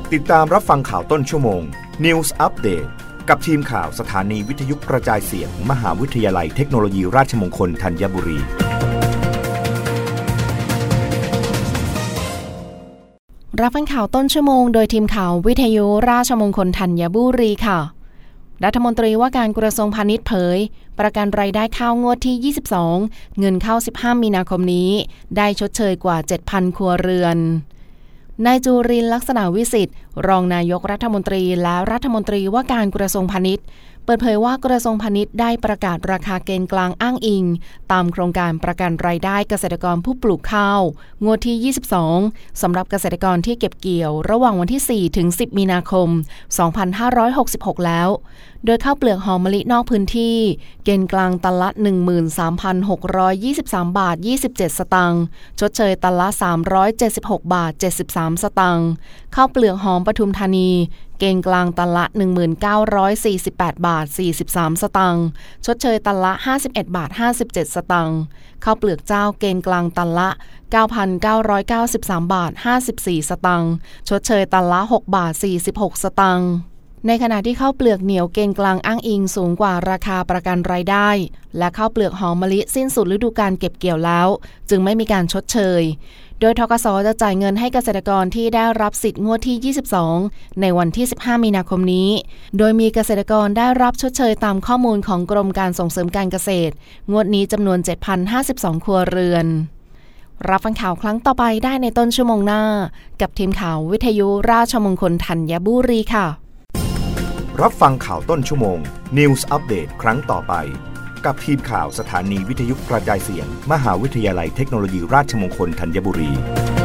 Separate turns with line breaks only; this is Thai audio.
ติดตามรับฟังข่าวต้นชั่วโมง News Update กับทีมข่าวสถานีวิทยุกระจายเสียง มหาวิทยาลัยเทคโนโลยีราชมงคลธัญบุรี
รับฟังข่าวต้นชั่วโมงโดยทีมข่าววิทยุราชมงคลธัญบุรีค่ะรัฐมนตรีว่าการกระทรวงพาณิชย์เผยประกันรายได้ข้าวงวดที่22เงินเข้า15มีนาคมนี้ได้ชดเชยกว่า 7,000 ครัวเรือนนายจุรินทร์ลักษณะวิสิทธิ์รองนายกรัฐมนตรีและรัฐมนตรีว่าการกระทรวงพาณิชย์เปิดเผยว่ากระทรวงพาณิชย์ได้ประกาศราคาเกณฑ์กลางอ้างอิงตามโครงการประกันรายได้เกษตรกรผู้ปลูกข้าวงวดที่22สำหรับเกษตรกรที่เก็บเกี่ยวระหว่างวันที่4ถึง10มีนาคม2566แล้วโดยข้าวเปลือกหอมมะลินอกพื้นที่เกณฑ์กลางตันละ 13,623 บาท 27 สตางค์ชดเชยตันละ376 บาท 73 สตางค์ข้าวเปลือกหอมปทุมธานีเกณฑ์กลางตันละ 1948 บาท 43 สตางค์ชดเชยตันละ 51 บาท 57 สตางค์ข้าวเปลือกเจ้าเกณฑ์กลางตันละ 9,993 บาท 54 สตางค์ชดเชยตันละ 6 บาท 46 สตางค์ในขณะที่ข้าวเปลือกเหนียวเกณฑ์กลางอ้างอิงสูงกว่าราคาประกันรายได้และข้าวเปลือกหอมมะลิสิ้นสุดฤดูกาลเก็บเกี่ยวแล้วจึงไม่มีการชดเชยโดยธกส.จะจ่ายเงินให้เกษตรกรที่ได้รับสิทธิ์งวดที่22ในวันที่15มีนาคมนี้โดยมีเกษตรกรได้รับชดเชยตามข้อมูลของกรมการส่งเสริมการเกษตรงวดนี้จำนวน 7,052 ครัวเรือนรับฟังข่าวครั้งต่อไปได้ในต้นชั่วโมงหน้ากับทีมข่าววิทยุราชมงคลธัญบุรีค่ะ
รับฟังข่าวต้นชั่วโมง News Update ครั้งต่อไปกับทีมข่าวสถานีวิทยุกระจายเสียง มหาวิทยาลัยเทคโนโลยีราชมงคลธัญบุรี